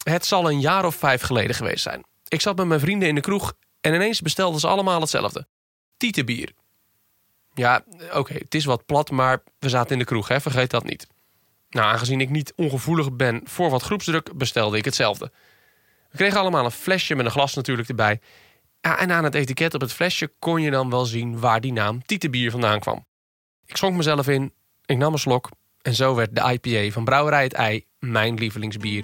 Het zal een jaar of 5 geleden geweest zijn. Ik zat met mijn vrienden in de kroeg en ineens bestelden ze allemaal hetzelfde. Tietenbier. Ja, oké, het is wat plat, maar we zaten in de kroeg, hè? Vergeet dat niet. Nou, aangezien ik niet ongevoelig ben voor wat groepsdruk, bestelde ik hetzelfde. We kregen allemaal een flesje met een glas natuurlijk erbij. Ja, en aan het etiket op het flesje kon je dan wel zien waar die naam Tietenbier vandaan kwam. Ik schonk mezelf in, ik nam een slok en zo werd de IPA van Brouwerij Het IJ mijn lievelingsbier.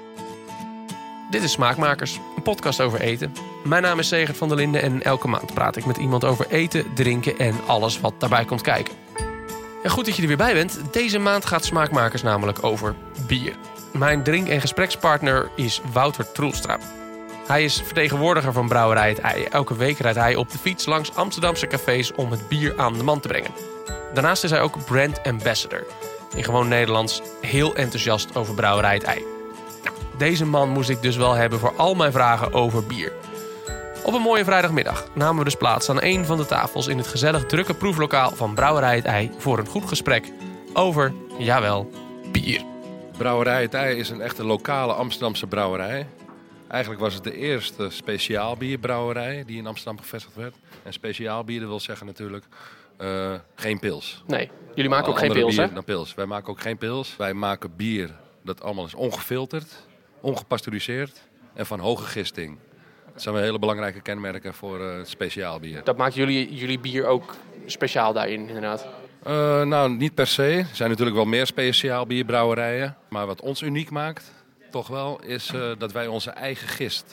Dit is Smaakmakers, een podcast over eten. Mijn naam is Segert van der Linden en elke maand praat ik met iemand over eten, drinken en alles wat daarbij komt kijken. En goed dat je er weer bij bent. Deze maand gaat Smaakmakers namelijk over bier. Mijn drink- en gesprekspartner is Wouter Troelstra. Hij is vertegenwoordiger van Brouwerij Het IJ. Elke week rijdt hij op de fiets langs Amsterdamse cafés om het bier aan de man te brengen. Daarnaast is hij ook brand ambassador. In gewoon Nederlands heel enthousiast over Brouwerij Het IJ. Nou, deze man moest ik dus wel hebben voor al mijn vragen over bier. Op een mooie vrijdagmiddag namen we dus plaats aan een van de tafels in het gezellig drukke proeflokaal van Brouwerij Het IJ voor een goed gesprek over, jawel, bier. Brouwerij Het IJ is een echte lokale Amsterdamse brouwerij. Eigenlijk was het de eerste speciaalbierbrouwerij die in Amsterdam gevestigd werd. En speciaalbier, dat wil zeggen natuurlijk geen pils. Nee, jullie maken ook geen pils, hè? Dan pils. Wij maken ook geen pils. Wij maken bier dat allemaal is ongefilterd, ongepasteuriseerd en van hoge gisting. Dat zijn wel hele belangrijke kenmerken voor speciaalbier. Dat maakt jullie bier ook speciaal daarin, inderdaad? Nou, niet per se. Er zijn natuurlijk wel meer speciaalbierbrouwerijen. Maar wat ons uniek maakt, toch wel, is dat wij onze eigen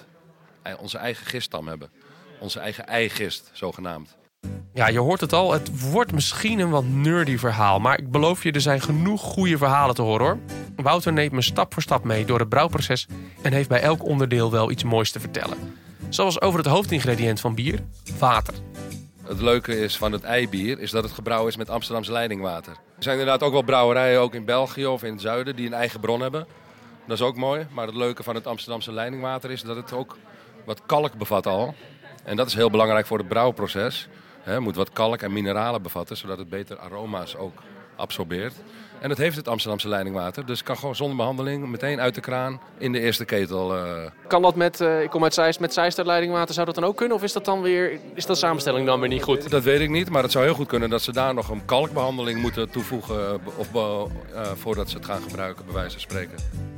giststam hebben. Onze eigen eigist, zogenaamd. Ja, je hoort het al. Het wordt misschien een wat nerdy verhaal. Maar ik beloof je, er zijn genoeg goede verhalen te horen, hoor. Wouter neemt me stap voor stap mee door het brouwproces en heeft bij elk onderdeel wel iets moois te vertellen. Zoals over het hoofdingrediënt van bier, water. Het leuke is van het eibier is dat het gebrouwen is met Amsterdamse leidingwater. Er zijn inderdaad ook wel brouwerijen, ook in België of in het zuiden, die een eigen bron hebben. Dat is ook mooi. Maar het leuke van het Amsterdamse leidingwater is dat het ook wat kalk bevat al. En dat is heel belangrijk voor het brouwproces. Het moet wat kalk en mineralen bevatten, zodat het beter aroma's ook absorbeert. En dat heeft het Amsterdamse leidingwater. Dus het kan gewoon zonder behandeling meteen uit de kraan in de eerste ketel. Kan dat met, ik kom uit Zeist, met Zeist leidingwater, zou dat dan ook kunnen? Of is dat dan weer, is de samenstelling dan weer niet goed? Dat weet ik niet, maar het zou heel goed kunnen dat ze daar nog een kalkbehandeling moeten toevoegen voordat ze het gaan gebruiken, bij wijze van spreken.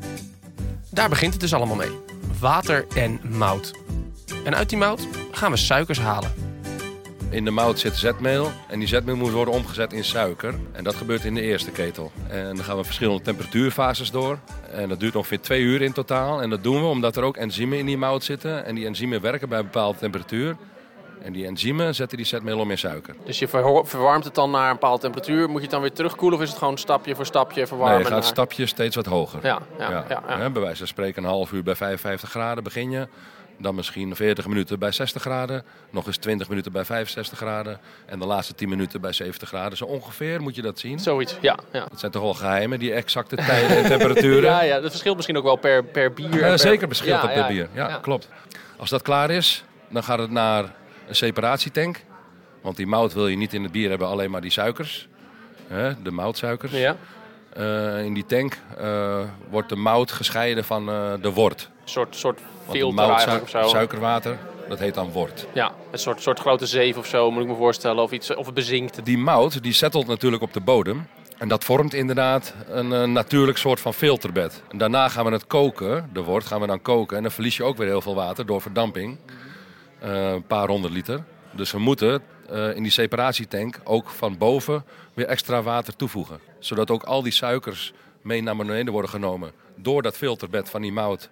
Daar begint het dus allemaal mee. Water en mout. En uit die mout gaan we suikers halen. In de mout zit zetmeel en die zetmeel moet worden omgezet in suiker. En dat gebeurt in de eerste ketel. En dan gaan we verschillende temperatuurfases door. En dat duurt ongeveer 2 uur in totaal. En dat doen we omdat er ook enzymen in die mout zitten. En die enzymen werken bij een bepaalde temperatuur. En die enzymen zetten die zetmeel om in suiker. Dus je verwarmt het dan naar een bepaalde temperatuur. Moet je het dan weer terugkoelen of is het gewoon stapje voor stapje verwarmen? Nee, je gaat stapje steeds wat hoger. Ja. Bij wijze van spreken een half uur bij 55 graden begin je. Dan misschien 40 minuten bij 60 graden. Nog eens 20 minuten bij 65 graden. En de laatste 10 minuten bij 70 graden. Zo ongeveer moet je dat zien. Zoiets, ja. Dat zijn toch wel geheimen, die exacte tijden en temperaturen. Ja, dat verschilt misschien ook wel per bier. Zeker verschilt dat per bier. Ja, klopt. Als dat klaar is, dan gaat het naar een separatietank. Want die mout wil je niet in het bier hebben, alleen maar die suikers. De moutsuikers. Ja. In die tank wordt de mout gescheiden van de wort. Een soort filter eigenlijk of zo. Suikerwater, dat heet dan wort. Ja, een soort grote zeef of zo, moet ik me voorstellen. Of het bezinkt. Die mout, die settelt natuurlijk op de bodem. En dat vormt inderdaad een natuurlijk soort van filterbed. En daarna gaan we het koken, de wort gaan we dan koken. En dan verlies je ook weer heel veel water door verdamping. Een paar 100 liter. Dus we moeten in die separatietank ook van boven weer extra water toevoegen. Zodat ook al die suikers mee naar beneden worden genomen door dat filterbed van die mout.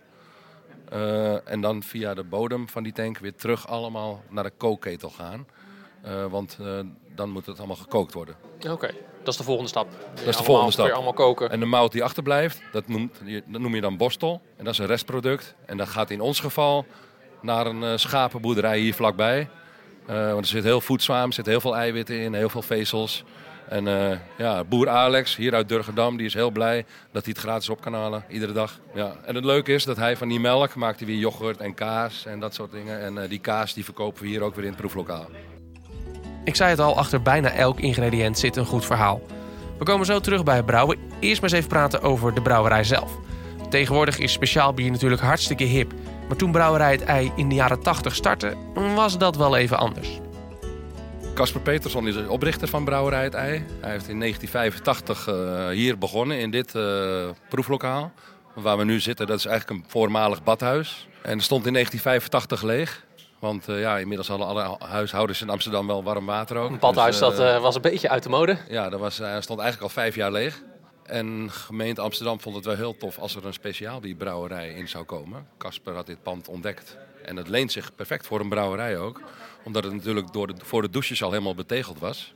En dan via de bodem van die tank weer terug allemaal naar de kookketel gaan. Want dan moet het allemaal gekookt worden. Oké, dat is de volgende stap. Dat is de volgende stap. Weer allemaal koken. En de mout die achterblijft, dat noem je dan borstel. En dat is een restproduct. En dat gaat in ons geval naar een schapenboerderij hier vlakbij. Want er zit heel voedzaam, er zitten heel veel eiwitten in, heel veel vezels. En boer Alex, hier uit Durgedam, die is heel blij dat hij het gratis op kan halen, iedere dag. Ja. En het leuke is dat hij van die melk maakt hij weer yoghurt en kaas en dat soort dingen. En die kaas die verkopen we hier ook weer in het proeflokaal. Ik zei het al, achter bijna elk ingrediënt zit een goed verhaal. We komen zo terug bij het brouwen. Eerst maar eens even praten over de brouwerij zelf. Tegenwoordig is speciaal bier natuurlijk hartstikke hip. Maar toen Brouwerij Het Ei in de jaren 80 startte, was dat wel even anders. Casper Peterson is de oprichter van Brouwerij Het Ei. Hij heeft in 1985 hier begonnen, in dit proeflokaal. Waar we nu zitten, dat is eigenlijk een voormalig badhuis. En het stond in 1985 leeg. Want inmiddels hadden alle huishoudens in Amsterdam wel warm water ook. Een badhuis, Dus, dat was een beetje uit de mode. Ja, dat stond eigenlijk al 5 jaar leeg. En gemeente Amsterdam vond het wel heel tof als er een speciaal bierbrouwerij in zou komen. Casper had dit pand ontdekt. En het leent zich perfect voor een brouwerij ook. Omdat het natuurlijk voor de douches al helemaal betegeld was.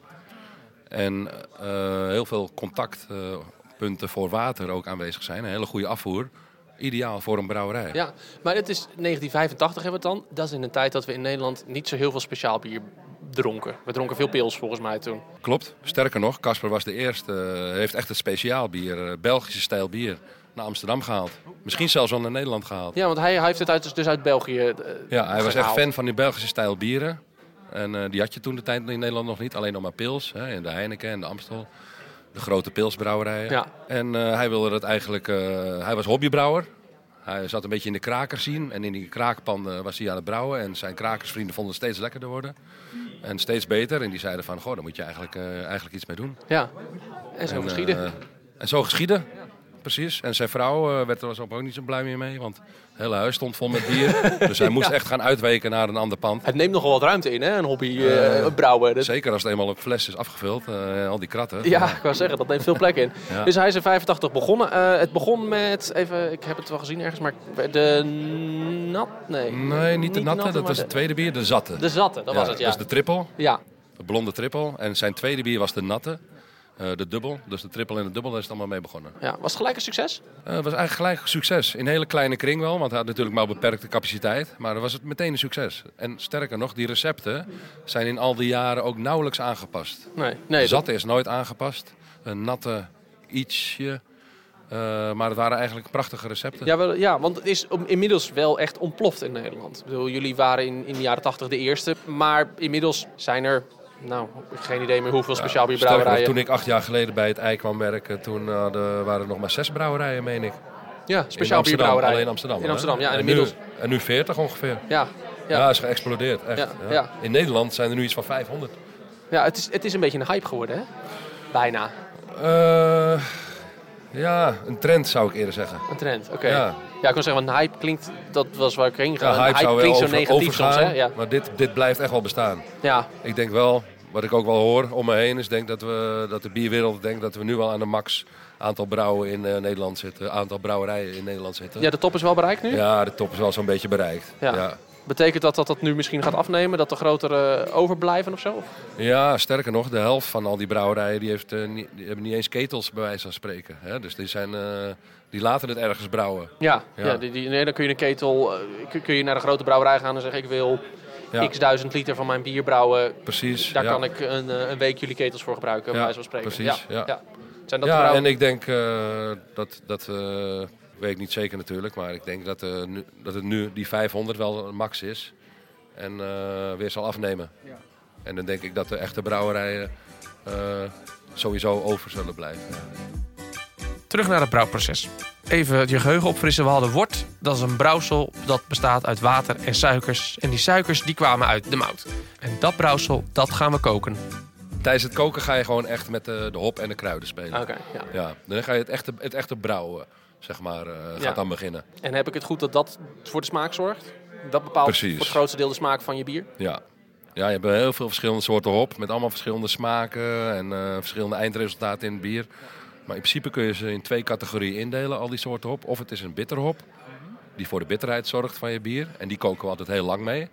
En heel veel contactpunten voor water ook aanwezig zijn. Een hele goede afvoer. Ideaal voor een brouwerij. Ja, maar het is 1985 hebben we het dan. Dat is in een tijd dat we in Nederland niet zo heel veel speciaal bier dronken. We dronken veel pils volgens mij toen. Klopt. Sterker nog, Casper was de eerste. Heeft echt het speciaal bier, Belgische stijl bier, naar Amsterdam gehaald. Misschien zelfs wel naar Nederland gehaald. Ja, want hij heeft het dus uit België Ja, hij was echt gehaald. fan van die Belgische stijl bieren. En die had je toen de tijd in Nederland nog niet. Alleen nog maar pils. En de Heineken en de Amstel. De grote pilsbrouwerijen. Ja. En hij wilde dat eigenlijk... hij was hobbybrouwer. Hij zat een beetje in de krakerscene. En in die kraakpan was hij aan het brouwen. En zijn krakersvrienden vonden het steeds lekkerder worden. En steeds beter. En die zeiden van, goh, daar moet je eigenlijk iets mee doen. Ja, en zo geschieden. En zo geschieden. Precies. En zijn vrouw was ook niet zo blij meer mee. Want het hele huis stond vol met bier. Dus hij moest echt gaan uitweken naar een ander pand. Het neemt nogal wat ruimte in, hè? Een hobby brouwen. Zeker als het eenmaal op fles is afgevuld. Al die kratten. Ja, ik wou zeggen, dat neemt veel plek in. Ja. Dus hij is in 85 begonnen. Het begon met, even, ik heb het wel gezien ergens, maar de nat... Nee, niet de natte. Dat was het tweede bier. De zatte. De zatte, dat was het, ja. Dat is de trippel. Ja. De blonde trippel. En zijn tweede bier was de natte. De dubbel. Dus de trippel en de dubbel, daar is het allemaal mee begonnen. Ja. Was het gelijk een succes? Het was eigenlijk gelijk een succes. In een hele kleine kring wel, want hij had natuurlijk maar beperkte capaciteit. Maar dan was het meteen een succes. En sterker nog, die recepten zijn in al die jaren ook nauwelijks aangepast. Nee. De zatte is nooit aangepast. Een natte ietsje. Maar het waren eigenlijk prachtige recepten. Ja, want het is inmiddels wel echt ontploft in Nederland. Ik bedoel, jullie waren in de jaren 80 de eerste. Maar inmiddels zijn er, geen idee meer hoeveel speciaal bierbrouwerijen. Toen ik 8 jaar geleden bij het Ei kwam werken, toen waren er nog maar 6 brouwerijen, meen ik. Ja, speciaal bierbrouwerijen. Alleen Amsterdam. In Amsterdam, ja. En inmiddels. En nu 40 ongeveer. Ja. Ja, is geëxplodeerd, echt. Ja. In Nederland zijn er nu iets van 500. Ja, het is een beetje een hype geworden, hè? Bijna. Ja, een trend zou ik eerder zeggen. Een trend, oké. Ja. Ja, ik kan zeggen, want hype klinkt, dat was waar ik heen ga. Ja, hype zou klinkt wel zo negatief overgaan, soms, hè? Ja. maar dit blijft echt wel bestaan. Ja. Ik denk wel, wat ik ook wel hoor om me heen, is denk dat de bierwereld denkt dat we nu wel aan de max aantal brouwen in Nederland zitten. Aantal brouwerijen in Nederland zitten. Ja, de top is wel bereikt nu? Ja, de top is wel zo'n beetje bereikt. Ja. Betekent dat nu misschien gaat afnemen? Dat de grotere overblijven of zo? Ja, sterker nog, de helft van al die brouwerijen die hebben niet eens ketels bij wijze van spreken. Hè? Dus die laten het ergens brouwen. Ja. Ja. Dan kun je een ketel, kun je naar de grote brouwerij gaan en zeggen ik wil x duizend liter van mijn bier brouwen. Precies. Daar kan ik een week jullie ketels voor gebruiken, bij wijze van spreken. Precies, ja. Zijn dat en ik denk dat weet ik niet zeker natuurlijk, maar ik denk dat het nu die 500 wel een max is en weer zal afnemen. Ja. En dan denk ik dat de echte brouwerijen sowieso over zullen blijven. Terug naar het brouwproces. Even je geheugen opfrissen. We hadden wort. Dat is een brouwsel dat bestaat uit water en suikers. En die suikers die kwamen uit de mout. En dat brouwsel, dat gaan we koken. Tijdens het koken ga je gewoon echt met de hop en de kruiden spelen. Oké, ja. Dan ga je het echte brouwen, zeg maar, gaat dan beginnen. En heb ik het goed dat voor de smaak zorgt? Dat bepaalt voor het grootste deel de smaak van je bier? Ja. Ja, je hebt heel veel verschillende soorten hop. Met allemaal verschillende smaken en verschillende eindresultaten in het bier. Maar in principe kun je ze in 2 categorieën indelen, al die soorten hop. Of het is een bitterhop, die voor de bitterheid zorgt van je bier. En die koken we altijd heel lang mee.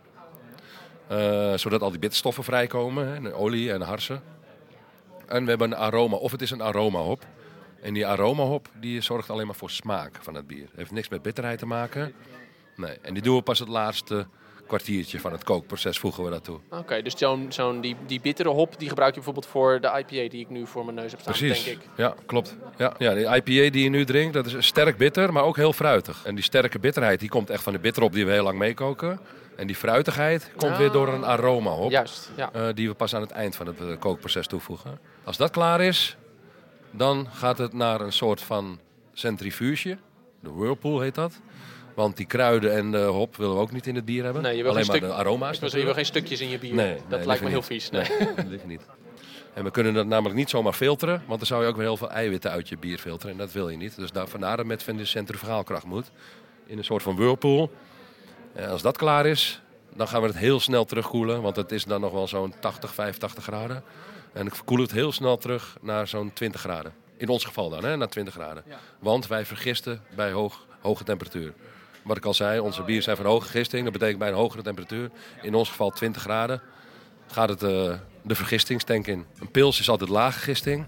Zodat al die bitterstoffen vrijkomen, de olie en de harsen. En we hebben een aroma, of het is een aromahop. En die aromahop die zorgt alleen maar voor smaak van het bier. Heeft niks met bitterheid te maken. Nee. En die doen we pas het laatste kwartiertje van het kookproces, voegen we dat toe. Oké, dus die bittere hop die gebruik je bijvoorbeeld voor de IPA die ik nu voor mijn neus heb staan, precies. denk ik. Ja, klopt. Ja, die IPA die je nu drinkt, dat is sterk bitter, maar ook heel fruitig. En die sterke bitterheid die komt echt van de bitterhop die we heel lang meekoken. En die fruitigheid komt weer door een aromahop. Juist, ja. Die we pas aan het eind van het kookproces toevoegen. Als dat klaar is, dan gaat het naar een soort van centrifuge. De Whirlpool heet dat. Want die kruiden en de hop willen we ook niet in het bier hebben. Nee, je wil alleen geen maar de aroma's. Je wil geen stukjes in je bier. Nee, dat lijkt me heel vies. Nee. Dat liever niet. En we kunnen dat namelijk niet zomaar filteren. Want dan zou je ook weer heel veel eiwitten uit je bier filteren. En dat wil je niet. Dus vandaar dat met de centrifugaalkracht moet. In een soort van whirlpool. En als dat klaar is, dan gaan we het heel snel terugkoelen. Want het is dan nog wel zo'n 85 graden. En ik koel het heel snel terug naar zo'n 20 graden. In ons geval dan, naar 20 graden. Ja. Want wij vergisten bij hoge temperatuur. Wat ik al zei, onze bieren zijn van hoge gisting. Dat betekent bij een hogere temperatuur, in ons geval 20 graden, gaat het de vergistingstank in. Een pils is altijd lage gisting.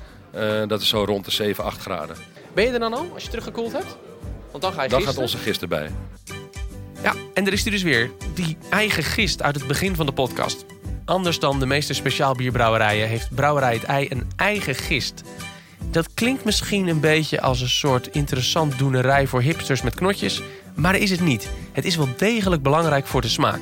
Dat is zo rond de 7, 8 graden. Ben je er dan al, als je teruggekoeld hebt? Want dan ga je dan gisten. gaat onze gist erbij. Ja, en er is die dus weer. Die eigen gist uit het begin van de podcast. Anders dan de meeste speciaalbierbrouwerijen heeft Brouwerij Het Ei een eigen gist. Dat klinkt misschien een beetje als een soort interessant doenerij voor hipsters met knotjes. Maar dat is het niet. Het is wel degelijk belangrijk voor de smaak.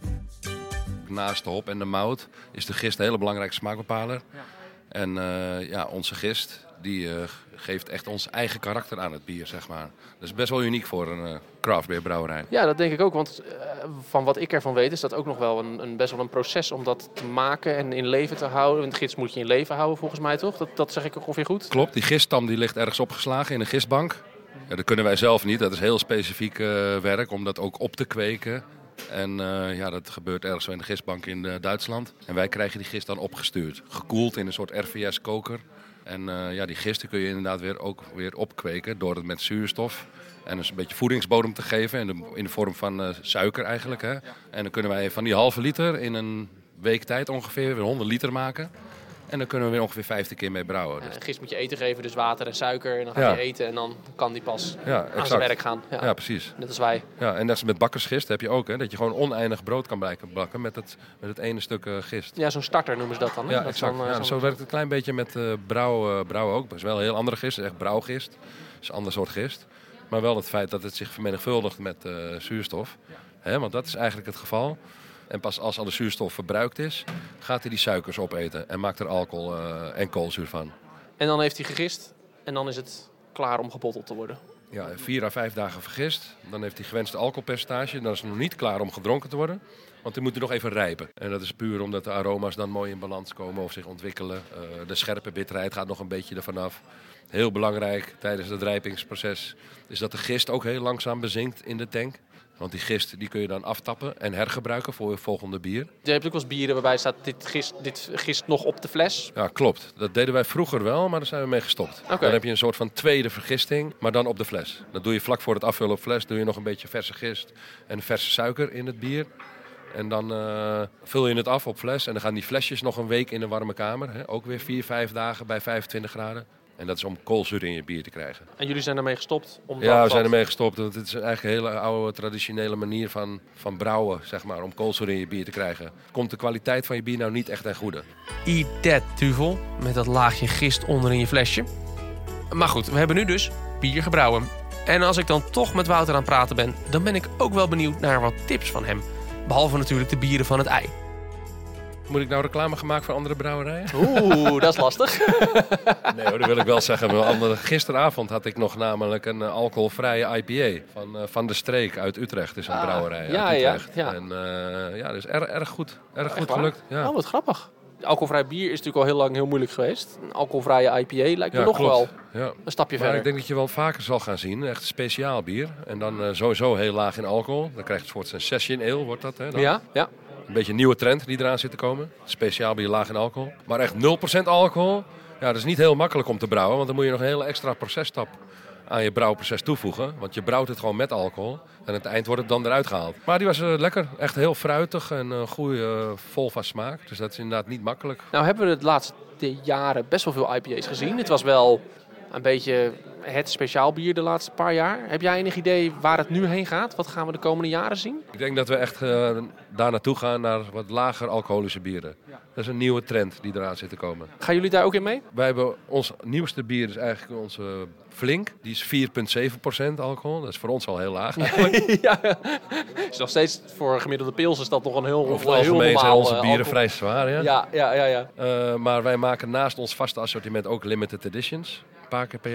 Naast de hop en de mout is de gist een hele belangrijke smaakbepaler. Ja. En onze gist die geeft echt ons eigen karakter aan het bier, zeg maar. Dat is best wel uniek voor een craft beer brouwerij. Ja, dat denk ik ook. Want van wat ik ervan weet is dat ook nog wel best wel een proces om dat te maken en in leven te houden. Een gist moet je in leven houden volgens mij, toch? Dat zeg ik ongeveer goed? Klopt, die giststam die ligt ergens opgeslagen in een gistbank. Ja, dat kunnen wij zelf niet. Dat is heel specifiek werk om dat ook op te kweken. En dat gebeurt ergens zo in de gistbank in Duitsland. En wij krijgen die gist dan opgestuurd. Gekoeld in een soort RVS-koker. En die gisten kun je inderdaad weer opkweken door het met zuurstof en een beetje voedingsbodem te geven. In de vorm van suiker eigenlijk. Hè. En dan kunnen wij van die halve liter in een week tijd ongeveer weer 100 liter maken. En dan kunnen we weer ongeveer 50 keer mee brouwen. Dus gist moet je eten geven, dus water en suiker. En dan ga je eten en dan kan die pas aan zijn werk gaan. Ja, precies. Net als wij. Ja, en net als met bakkersgist heb je ook. Hè, dat je gewoon oneindig brood kan blijven bakken met het ene stuk gist. Ja, zo'n starter noemen ze dat dan. Hè? Ja, dat exact. Zo werkt het een klein beetje met brouwen ook. Dat is wel een heel andere gist. Het is echt brouwgist. Dat is een ander soort gist. Maar wel het feit dat het zich vermenigvuldigt met zuurstof. Hè, want dat is eigenlijk het geval. En pas als al de zuurstof verbruikt is, gaat hij die suikers opeten en maakt er alcohol en koolzuur van. En dan heeft hij gegist en dan is het klaar om gebotteld te worden. Ja, 4 à 5 dagen vergist. Dan heeft hij gewenste alcoholpercentage. Dan is het nog niet klaar om gedronken te worden. Want die moet nog even rijpen. En dat is puur omdat de aroma's dan mooi in balans komen of zich ontwikkelen. De scherpe bitterheid gaat nog een beetje ervan af. Heel belangrijk tijdens het rijpingsproces is dat de gist ook heel langzaam bezinkt in de tank. Want die gist die kun je dan aftappen en hergebruiken voor je volgende bier. Je hebt ook wel eens bieren waarbij staat dit gist nog op de fles. Ja, klopt. Dat deden wij vroeger wel, maar daar zijn we mee gestopt. Okay. Dan heb je een soort van tweede vergisting, maar dan op de fles. Dat doe je vlak voor het afvullen op fles. Doe je nog een beetje verse gist en verse suiker in het bier. En dan vul je het af op fles. En dan gaan die flesjes nog een week in een warme kamer. Hè? Ook weer 4, 5 dagen bij 25 graden. En dat is om koolzuur in je bier te krijgen. En jullie zijn ermee gestopt? Ja, we zijn ermee gestopt. Want het is eigenlijk een hele oude traditionele manier van brouwen, zeg maar, om koolzuur in je bier te krijgen. Komt de kwaliteit van je bier nou niet echt ten goede? Eat that, Tuvel. Met dat laagje gist onder in je flesje. Maar goed, we hebben nu dus bier gebrouwen. En als ik dan toch met Wouter aan het praten ben, dan ben ik ook wel benieuwd naar wat tips van hem. Behalve natuurlijk de bieren van het ei. Moet ik nou reclame gaan maken voor andere brouwerijen? Oeh, dat is lastig. Nee hoor, dat wil ik wel zeggen. Gisteravond had ik nog namelijk een alcoholvrije IPA van de Streek uit Utrecht. Dat is een brouwerij uit Utrecht. Ja. En dat is erg goed. Erg goed waar? gelukt. Ja. Oh, wat grappig. Alcoholvrij bier is natuurlijk al heel lang heel moeilijk geweest. Een alcoholvrije IPA lijkt me nog klopt. wel Ja. een stapje Maar verder. ik denk dat je wel vaker zal gaan zien. Echt speciaal bier. En dan sowieso heel laag in alcohol. Dan krijg je een soort session ale, wordt dat. Hè, dan. Ja. Een beetje een nieuwe trend die eraan zit te komen. Speciaal bier laag in alcohol. Maar echt 0% alcohol. Ja, dat is niet heel makkelijk om te brouwen. Want dan moet je nog een hele extra processtap aan je brouwproces toevoegen. Want je brouwt het gewoon met alcohol. En aan het eind wordt het dan eruit gehaald. Maar die was lekker. Echt heel fruitig en goede vol van smaak. Dus dat is inderdaad niet makkelijk. Nou hebben we de laatste jaren best wel veel IPA's gezien. Het was wel een beetje het speciaal bier de laatste paar jaar. Heb jij enig idee waar het nu heen gaat? Wat gaan we de komende jaren zien? Ik denk dat we echt daar naartoe gaan naar wat lager alcoholische bieren. Dat is een nieuwe trend die eraan zit te komen. Gaan jullie daar ook in mee? Wij hebben ons nieuwste bier, is eigenlijk onze Flink. Die is 4,7% alcohol. Dat is voor ons al heel laag eigenlijk. Ja, is nog steeds voor een gemiddelde pils is dat nog een heel, Over het heel algemeen zijn normaal onze bieren alcohol. vrij zwaar. Ja. Ja. Maar wij maken naast ons vaste assortiment ook limited editions. Een paar keer per jaar.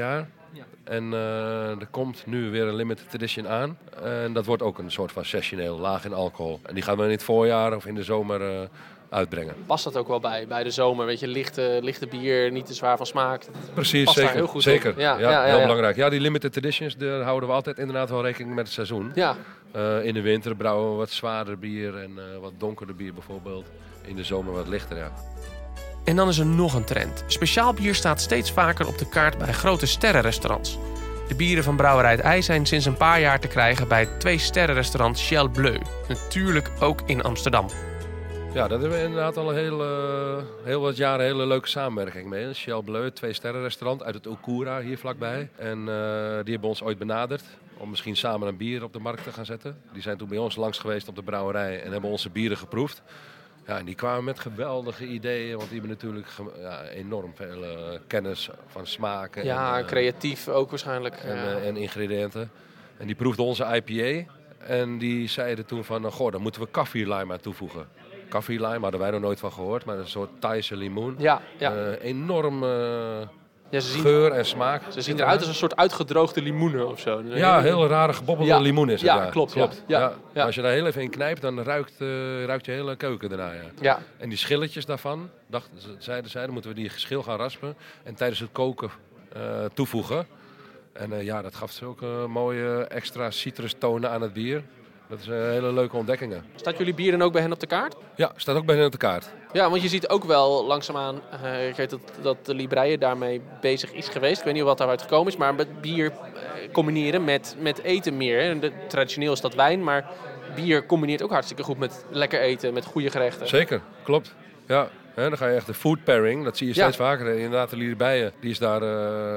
Ja. En er komt nu weer een limited edition aan. En dat wordt ook een soort van sessioneel, laag in alcohol. En die gaan we in het voorjaar of in de zomer uitbrengen. Past dat ook wel bij de zomer? Weet je, lichte bier, niet te zwaar van smaak. Precies, past daar zeker. heel goed Zeker. op. Ja, Heel belangrijk. Ja, die limited editions, daar houden we altijd inderdaad wel rekening met het seizoen. Ja. In de winter brouwen we wat zwaarder bier en wat donkerder bier bijvoorbeeld. In de zomer wat lichter, ja. En dan is er nog een trend. Speciaal bier staat steeds vaker op de kaart bij grote sterrenrestaurants. De bieren van Brouwerij Het IJ zijn sinds een paar jaar te krijgen bij het 2-sterrenrestaurant Ciel Bleu. Natuurlijk ook in Amsterdam. Ja, daar hebben we inderdaad al heel wat jaren een hele leuke samenwerking mee. Ciel Bleu, het 2-sterrenrestaurant uit het Okura hier vlakbij. En die hebben ons ooit benaderd om misschien samen een bier op de markt te gaan zetten. Die zijn toen bij ons langs geweest op de brouwerij en hebben onze bieren geproefd. Ja, en die kwamen met geweldige ideeën, want die hebben natuurlijk enorm veel kennis van smaken. Ja, creatief ook waarschijnlijk. En ingrediënten. En die proefden onze IPA en die zeiden toen van, goh, dan moeten we kaffee-lime aan toevoegen. Kaffee-lime hadden wij nog nooit van gehoord, maar een soort Thaise limoen. Ja. Enorm Ja, ze zien, geur en smaak. Ze zien eruit als een soort uitgedroogde limoenen of zo. Ja, heel rare gebobbelde limoen is het. Ja, klopt. Ja. Als je daar heel even in knijpt, dan ruikt je hele keuken daarna. Ja. Ja. En die schilletjes daarvan, zeiden zij, dan moeten we die schil gaan raspen en tijdens het koken toevoegen. En dat gaf zulke mooie extra citrustonen aan het bier. Dat zijn hele leuke ontdekkingen. Staat jullie bier dan ook bij hen op de kaart? Ja, staat ook bij hen op de kaart. Ja, want je ziet ook wel langzaamaan, ik weet dat de Libreie daarmee bezig is geweest. Ik weet niet wat daaruit gekomen is, maar met bier combineren met eten meer. En traditioneel is dat wijn, maar bier combineert ook hartstikke goed met lekker eten, met goede gerechten. Zeker, klopt. Ja, dan ga je echt de food pairing, dat zie je steeds vaker. Inderdaad, de Libreie, die is daar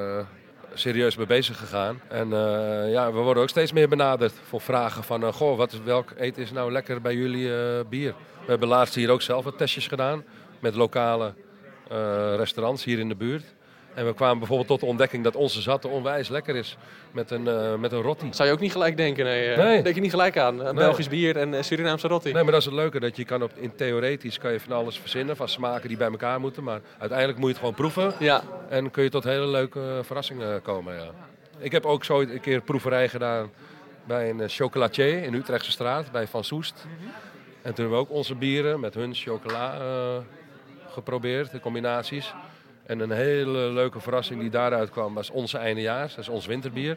serieus mee bezig gegaan. En we worden ook steeds meer benaderd voor vragen van, welk eten is nou lekker bij jullie bier? We hebben laatst hier ook zelf wat testjes gedaan met lokale restaurants hier in de buurt. En we kwamen bijvoorbeeld tot de ontdekking dat onze zatte onwijs lekker is met een rotti. Zou je ook niet gelijk denken, nee. Denk je niet gelijk aan. Belgisch bier en Surinaamse rotti. Nee, maar dat is het leuke, dat je theoretisch kan je van alles verzinnen, van smaken die bij elkaar moeten. Maar uiteindelijk moet je het gewoon proeven. Ja. En kun je tot hele leuke verrassingen komen, ja. Ik heb ook zo een keer een proeverij gedaan bij een chocolatier in Utrechtse straat, bij Van Soest. En toen hebben we ook onze bieren met hun chocola geprobeerd, de combinaties. En een hele leuke verrassing die daaruit kwam was onze eindejaars, dat is ons winterbier.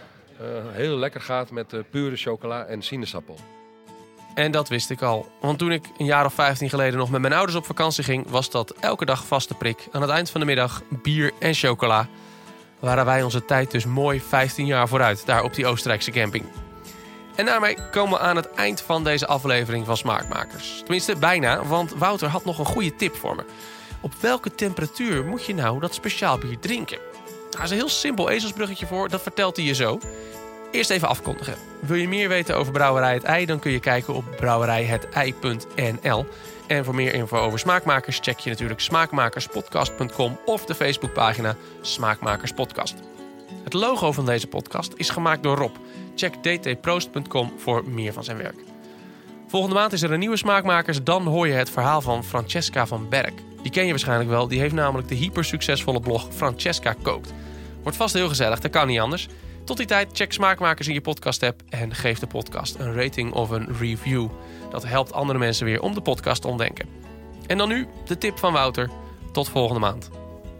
Heel lekker gaat met pure chocola en sinaasappel. En dat wist ik al. Want toen ik een jaar of 15 geleden nog met mijn ouders op vakantie ging, was dat elke dag vaste prik. Aan het eind van de middag bier en chocola. Waren wij onze tijd dus mooi 15 jaar vooruit, daar op die Oostenrijkse camping. En daarmee komen we aan het eind van deze aflevering van Smaakmakers. Tenminste, bijna, want Wouter had nog een goede tip voor me. Op welke temperatuur moet je nou dat speciaal bier drinken? Daar is een heel simpel ezelsbruggetje voor, dat vertelt hij je zo. Eerst even afkondigen. Wil je meer weten over Brouwerij Het IJ, dan kun je kijken op brouwerijhetij.nl. En voor meer info over Smaakmakers check je natuurlijk smaakmakerspodcast.com of de Facebookpagina Smaakmakerspodcast. Het logo van deze podcast is gemaakt door Rob. Check dtproost.com voor meer van zijn werk. Volgende maand is er een nieuwe Smaakmakers. Dan hoor je het verhaal van Francesca van Berk. Die ken je waarschijnlijk wel. Die heeft namelijk de hypersuccesvolle blog Francesca Kookt. Wordt vast heel gezellig, dat kan niet anders. Tot die tijd, check Smaakmakers in je podcast-app en geef de podcast een rating of een review. Dat helpt andere mensen weer om de podcast te ontdekken. En dan nu de tip van Wouter. Tot volgende maand.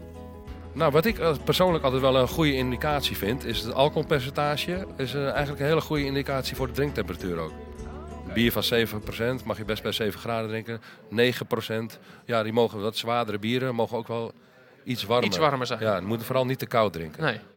Nou, wat ik persoonlijk altijd wel een goede indicatie vind, is het alcoholpercentage. Is eigenlijk een hele goede indicatie voor de drinktemperatuur ook. Bier van 7% mag je best bij 7 graden drinken. 9%, ja, die mogen wat zwaardere bieren mogen ook wel iets warmer. Iets warmer zijn. Ja, je moet vooral niet te koud drinken. Nee.